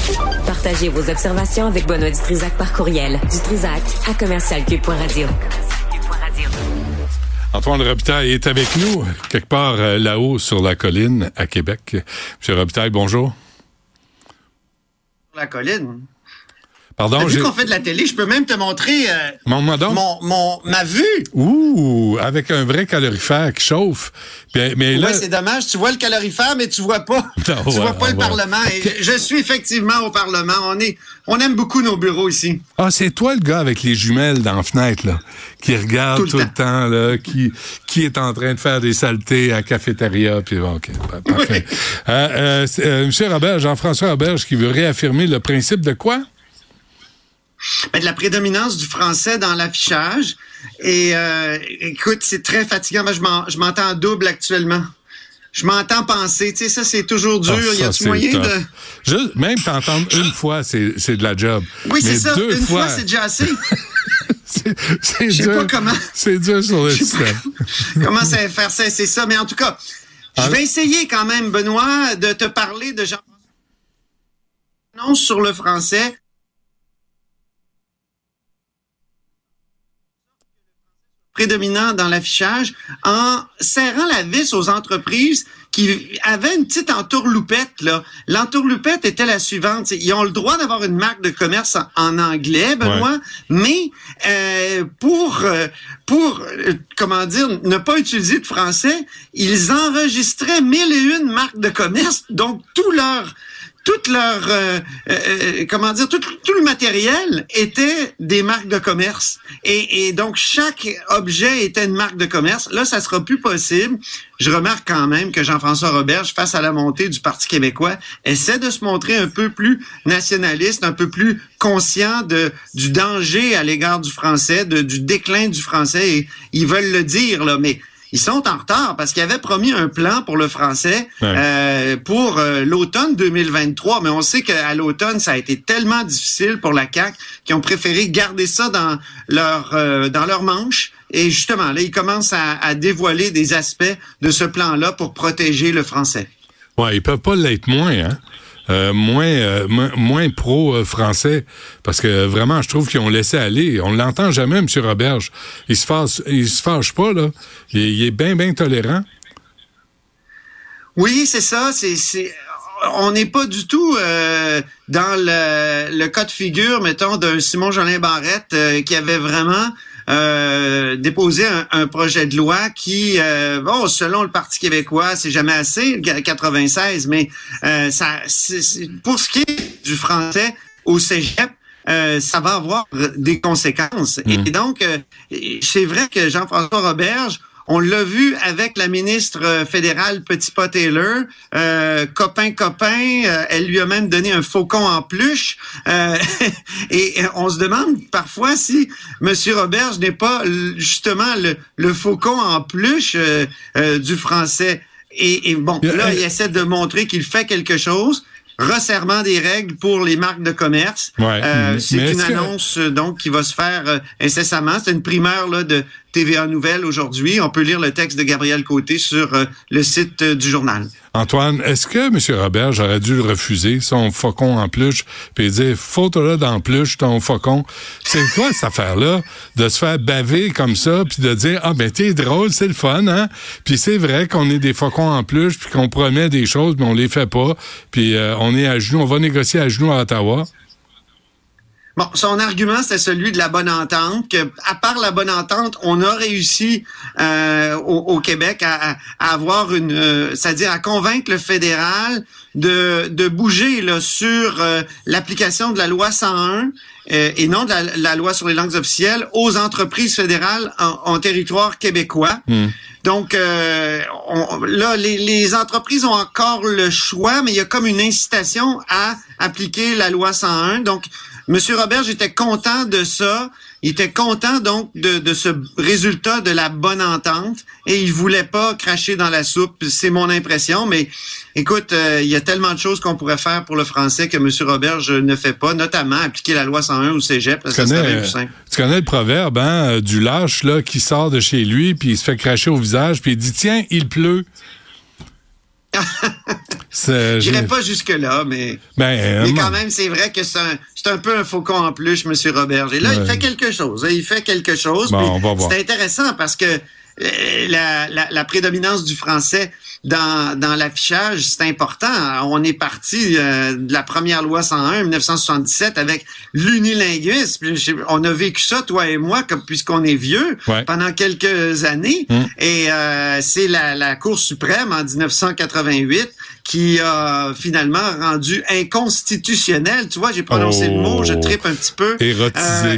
Partagez vos observations avec Benoît Dutrisac par courriel. dutrisac@commercialcube.radio. Antoine Robitaille est avec nous, quelque part là-haut sur la colline à Québec. Monsieur Robitaille, bonjour. La colline. Pardon, vu qu'on fait de la télé, je peux même te montrer ma vue. Ouh, avec un vrai calorifère qui chauffe. Mais là, c'est dommage. Tu vois le calorifère, mais tu vois pas. Vois pas le Parlement. Et je suis effectivement au Parlement. On aime beaucoup nos bureaux ici. Ah, c'est toi le gars avec les jumelles dans la fenêtre, là, qui regarde tout le temps, là, qui est en train de faire des saletés à la cafétéria. Puis OK, parfait. Oui. Monsieur Roberge, Jean-François Roberge, qui veut réaffirmer le principe de quoi? De la prédominance du français dans l'affichage. Et écoute, c'est très fatigant. Moi, je m'entends en double actuellement. Je m'entends penser. Tu sais, ça, c'est toujours dur. Il y a du moyen de... Juste, même t'entendre une fois, c'est de la job. Oui, c'est ça. Une fois, c'est déjà assez. c'est je sais dur. pas comment. C'est dur sur le système. Comment ça va faire ça? C'est ça. Mais en tout cas, je vais essayer quand même, Benoît, de te parler de Jean-François sur le français. Prédominant dans l'affichage en serrant la vis aux entreprises qui avaient une petite entourloupette, là. L'entourloupette était la suivante. Ils ont le droit d'avoir une marque de commerce en anglais, Benoît, mais pour comment dire, ne pas utiliser de français, ils enregistraient 1001 marques de commerce, donc tout le matériel était des marques de commerce. Et donc, chaque objet était une marque de commerce. Là, ça sera plus possible. Je remarque quand même que Jean-François Roberge, face à la montée du Parti québécois, essaie de se montrer un peu plus nationaliste, un peu plus conscient du danger à l'égard du français, du déclin du français. Et ils veulent le dire, là, mais... Ils sont en retard parce qu'ils avaient promis un plan pour le français pour l'automne 2023. Mais on sait qu'à l'automne, ça a été tellement difficile pour la CAQ qu'ils ont préféré garder ça dans leur manche. Et justement, là, ils commencent à dévoiler des aspects de ce plan-là pour protéger le français. Ouais, ils peuvent pas l'être moins, hein? Moins pro-français, parce que vraiment, je trouve qu'ils ont laissé aller. On l'entend jamais, M. Roberge. Il se fâche pas, là. Il est bien tolérant. Oui, c'est ça. On n'est pas du tout dans le cas de figure, mettons, d'un Simon-Jolin Barrette qui avait vraiment déposé un projet de loi qui, selon le Parti québécois, c'est jamais assez, le 96, mais pour ce qui est du français au cégep, ça va avoir des conséquences. Et donc, c'est vrai que Jean-François Roberge, on l'a vu avec la ministre fédérale Petitpas-Taylor, copain, elle lui a même donné un faucon en peluche. Et on se demande parfois si M. Roberge n'est pas justement le faucon en peluche du français. Et bon, là, il essaie de montrer qu'il fait quelque chose. Resserrement des règles pour les marques de commerce. C'est une annonce donc qui va se faire incessamment. C'est une primeur là de TVA Nouvelles aujourd'hui. On peut lire le texte de Gabriel Côté sur le site du journal. Antoine, est-ce que M. Roberge aurait dû le refuser, son faucon en peluche, puis dire « Faut-toi dans peluche, ton faucon ». C'est quoi cette affaire-là? De se faire baver comme ça, puis de dire « Ah, ben t'es drôle, c'est le fun, hein? » Puis c'est vrai qu'on est des faucons en peluche, puis qu'on promet des choses, mais on les fait pas. Puis on est à genoux, on va négocier à genoux à Ottawa. Bon, son argument, c'est celui de la bonne entente, que à part la bonne entente, on a réussi au Québec à avoir c'est-à-dire à convaincre le fédéral de bouger là sur l'application de la loi 101 et non de la loi sur les langues officielles aux entreprises fédérales en territoire québécois. Donc là, les entreprises ont encore le choix, mais il y a comme une incitation à appliquer la loi 101. Donc M. Roberge était content de ça. Il était content, donc, de ce résultat de la bonne entente et il voulait pas cracher dans la soupe. C'est mon impression, mais écoute, il y a tellement de choses qu'on pourrait faire pour le français que M. Roberge ne fait pas, notamment appliquer la loi 101 au cégep. Ça serait bien plus simple. Tu connais le proverbe, hein, du lâche, là, qui sort de chez lui puis il se fait cracher au visage puis il dit « Tiens, il pleut ». J'irai pas jusque-là, mais quand même, c'est vrai que c'est un peu un faucon en plus, M. Roberge. Et là, il fait quelque chose. Bon, on va voir. C'est intéressant parce que la prédominance du français dans l'affichage, c'est important. On est parti de la première loi 101, 1977, avec l'unilinguisme. On a vécu ça, toi et moi, puisqu'on est vieux, pendant quelques années. Et c'est la Cour suprême, en 1988, qui a finalement rendu inconstitutionnel. Tu vois, j'ai prononcé le mot, je trippe un petit peu. Érotisé.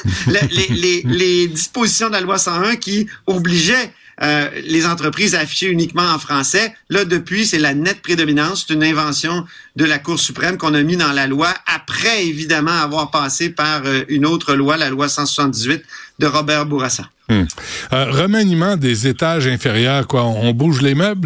Les dispositions de la loi 101 qui obligeaient les entreprises à afficher uniquement en français. Là, depuis, c'est la nette prédominance. C'est une invention de la Cour suprême qu'on a mis dans la loi après, évidemment, avoir passé par une autre loi, la loi 178 de Robert Bourassa. Remaniement des étages inférieurs, quoi. On bouge les meubles?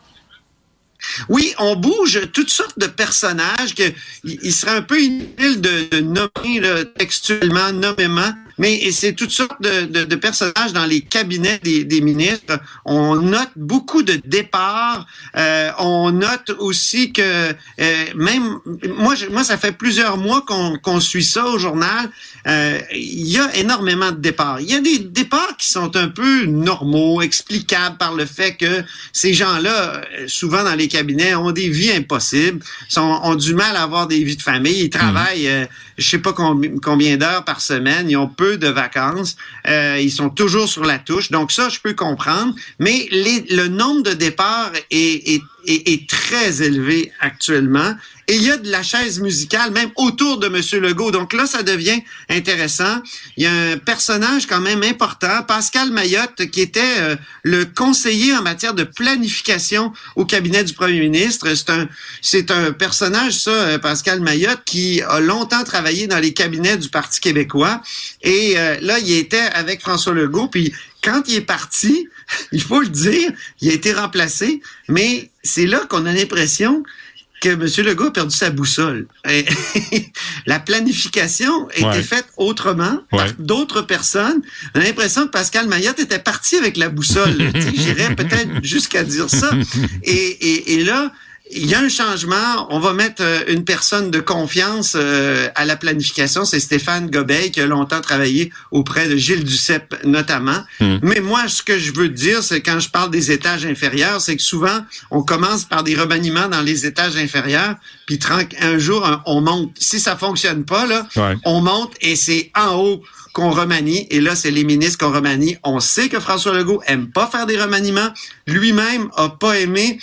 Oui, on bouge toutes sortes de personnages que il serait un peu inutile de nommer là, textuellement, nommément, mais c'est toutes sortes de personnages dans les cabinets des ministres. On note beaucoup de départs. On note aussi que même moi, ça fait plusieurs mois qu'on suit ça au journal. Il y a énormément de départs. Il y a des départs qui sont un peu normaux, explicables par le fait que ces gens-là, souvent dans les cabinets, ont des vies impossibles, ont du mal à avoir des vies de famille. Ils travaillent, je sais pas combien d'heures par semaine. Ils ont peu de vacances. Ils sont toujours sur la touche. Donc ça, je peux comprendre. Mais le nombre de départs est très élevé actuellement. Et il y a de la chaise musicale, même autour de M. Legault. Donc là, ça devient intéressant. Il y a un personnage quand même important, Pascal Maillotte, qui était le conseiller en matière de planification au cabinet du premier ministre. C'est un personnage, ça, Pascal Maillotte, qui a longtemps travaillé dans les cabinets du Parti québécois. Et là, il était avec François Legault, puis quand il est parti, il faut le dire, il a été remplacé, mais c'est là qu'on a l'impression que M. Legault a perdu sa boussole. La planification était faite autrement par d'autres personnes. On a l'impression que Pascal Maillotte était parti avec la boussole. J'irais peut-être jusqu'à dire ça. Et là, il y a un changement. On va mettre une personne de confiance à la planification. C'est Stéphane Gobeil qui a longtemps travaillé auprès de Gilles Duceppe notamment. Mais moi, ce que je veux dire, c'est quand je parle des étages inférieurs, c'est que souvent, on commence par des remaniements dans les étages inférieurs, puis un jour, on monte. Si ça fonctionne pas, là, on monte et c'est en haut qu'on remanie, et là, c'est les ministres qu'on remanie. On sait que François Legault aime pas faire des remaniements. Lui-même a pas aimé,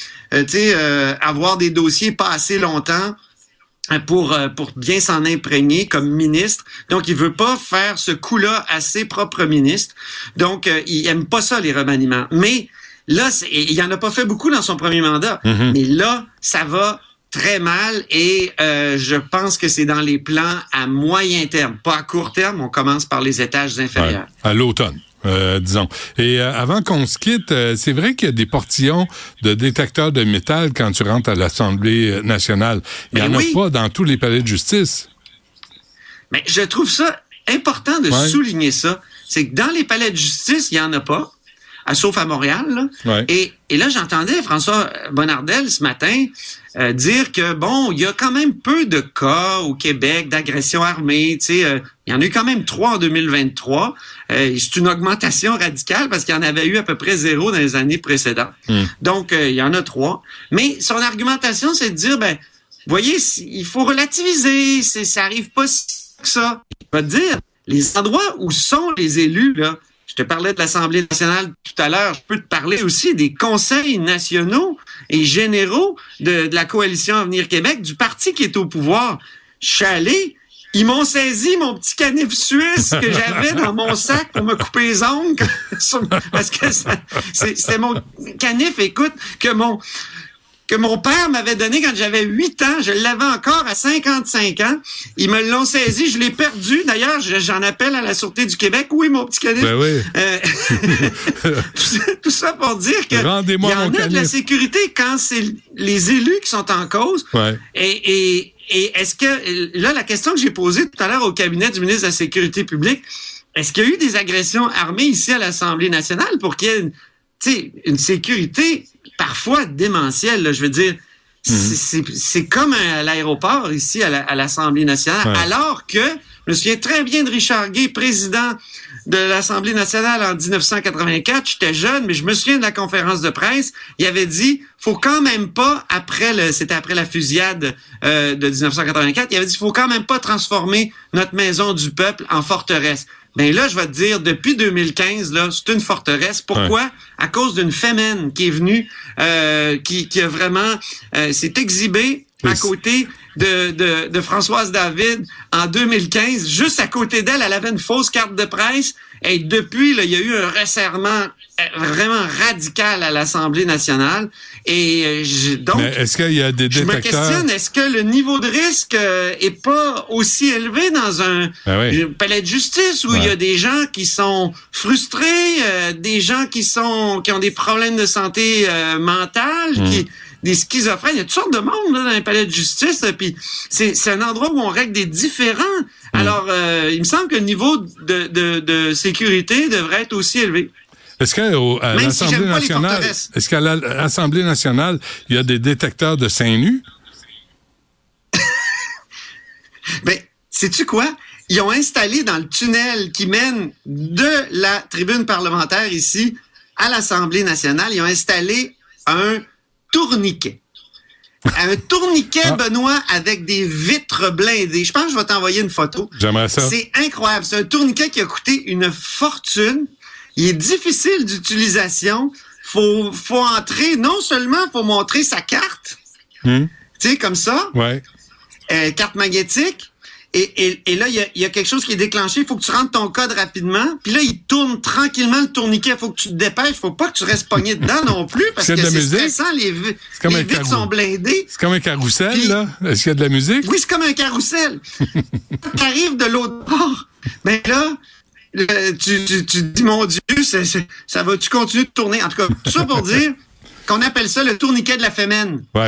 avoir des dossiers pas assez longtemps pour bien s'en imprégner comme ministre. Donc, il veut pas faire ce coup-là à ses propres ministres. Donc, il aime pas ça, les remaniements. Mais là, il en a pas fait beaucoup dans son premier mandat. Mais là, ça va très mal et je pense que c'est dans les plans à moyen terme, pas à court terme. On commence par les étages inférieurs. À l'automne. Disons. Et avant qu'on se quitte, c'est vrai qu'il y a des portillons de détecteurs de métal quand tu rentres à l'Assemblée nationale. Il n'y en a pas dans tous les palais de justice. Mais je trouve ça important de souligner ça. C'est que dans les palais de justice, il n'y en a pas. Sauf à Montréal. Là. Et là, j'entendais François Bonnardel ce matin dire que, bon, il y a quand même peu de cas au Québec d'agression armée. Il y en a eu quand même 3 en 2023. C'est une augmentation radicale parce qu'il y en avait eu à peu près 0 dans les années précédentes. Donc, il y en a 3. Mais son argumentation, c'est de dire, voyez, il faut relativiser. Ça arrive pas si que ça. Il va dire, les endroits où sont les élus, là, je te parlais de l'Assemblée nationale tout à l'heure. Je peux te parler aussi des conseils nationaux et généraux de la coalition Avenir Québec, du parti qui est au pouvoir. Je suis allé, ils m'ont saisi mon petit canif suisse que j'avais dans mon sac pour me couper les ongles. Parce que c'était mon canif, écoute, que mon père m'avait donné quand j'avais 8 ans. Je l'avais encore à 55 ans. Ils me l'ont saisi. Je l'ai perdu. D'ailleurs, j'en appelle à la Sûreté du Québec. Oui, mon petit canif. Ben oui. Tout ça pour dire que rendez-moi il y en a de la sécurité quand c'est les élus qui sont en cause. Et est-ce que... Là, la question que j'ai posée tout à l'heure au cabinet du ministre de la Sécurité publique, est-ce qu'il y a eu des agressions armées ici à l'Assemblée nationale pour qu'il y ait une sécurité parfois démentielle, là, je veux dire, C'est comme à l'aéroport ici, à l'Assemblée nationale, alors que, je me souviens très bien de Richard Gay, président de l'Assemblée nationale en 1984. J'étais jeune, mais je me souviens de la conférence de presse. Il avait dit, faut quand même pas, c'était après la fusillade de 1984, il avait dit, faut quand même pas transformer notre maison du peuple en forteresse. Ben là, je vais te dire, depuis 2015, là, c'est une forteresse. Pourquoi? À cause d'une fémène qui est venue, qui a vraiment s'est exhibée à côté de Françoise David en 2015. Juste à côté d'elle, elle avait une fausse carte de presse. Et depuis, là, il y a eu un resserrement vraiment radical à l'Assemblée nationale. Et donc, mais est-ce qu'il y a des détecteurs? Je me questionne, est-ce que le niveau de risque est pas aussi élevé dans un palais de justice où il y a des gens qui sont frustrés, des gens qui ont des problèmes de santé mentale, des schizophrènes, il y a toutes sortes de monde là, dans les palais de justice, puis c'est un endroit où on règle des différends. Alors, il me semble que le niveau de sécurité devrait être aussi élevé. Est-ce qu'à l'Assemblée nationale, l'Assemblée nationale, il y a des détecteurs de seins nus? Ben, sais-tu quoi? Ils ont installé dans le tunnel qui mène de la tribune parlementaire ici à l'Assemblée nationale, ils ont installé un tourniquet. Un tourniquet, Benoît, avec des vitres blindées. Je pense que je vais t'envoyer une photo. J'aimerais ça. C'est incroyable. C'est un tourniquet qui a coûté une fortune. Il est difficile d'utilisation. Faut entrer, non seulement faut montrer sa carte, tu sais, comme ça, carte magnétique, et là, il y a quelque chose qui est déclenché. Il faut que tu rentres ton code rapidement. Puis là, il tourne tranquillement le tourniquet. Il faut que tu te dépêches. Faut pas que tu restes pogné dedans non plus parce que c'est stressant. Les vitres sont blindées. C'est comme un carrousel, puis, là? Est-ce qu'il y a de la musique? Oui, c'est comme un carrousel. Tu arrives de l'autre bord. Mais là, tu te dis, mon Dieu, ça va-tu continuer de tourner? En tout cas, tout ça pour dire qu'on appelle ça le tourniquet de la fémène. Oui.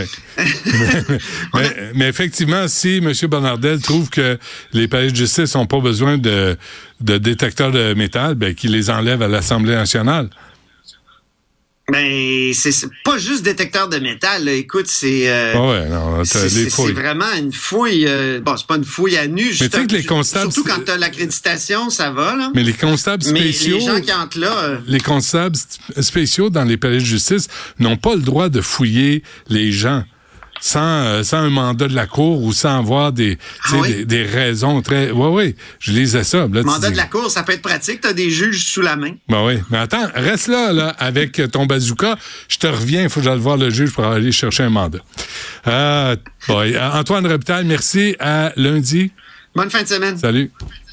mais effectivement, si M. Bonnardel trouve que les palais de justice n'ont pas besoin de détecteurs de métal, ben qu'il les enlève à l'Assemblée nationale. Ben, c'est pas juste détecteur de métal, là. Écoute, c'est vraiment une fouille. Bon, c'est pas une fouille à nu. Mais tu sais que les constables, surtout quand t'as l'accréditation, ça va, là. Mais les constables spéciaux, les gens qui entrent là, les constables spéciaux dans les palais de justice n'ont pas le droit de fouiller les gens sans un mandat de la cour ou sans avoir des raisons très... Oui, je lisais ça. Là, mandat de la cour, ça peut être pratique. Tu as des juges sous la main. Ben oui. Mais attends, reste là, avec ton bazooka. Je te reviens, il faut que j'aille voir le juge pour aller chercher un mandat. Antoine Robitaille, merci. À lundi. Bonne fin de semaine. Salut.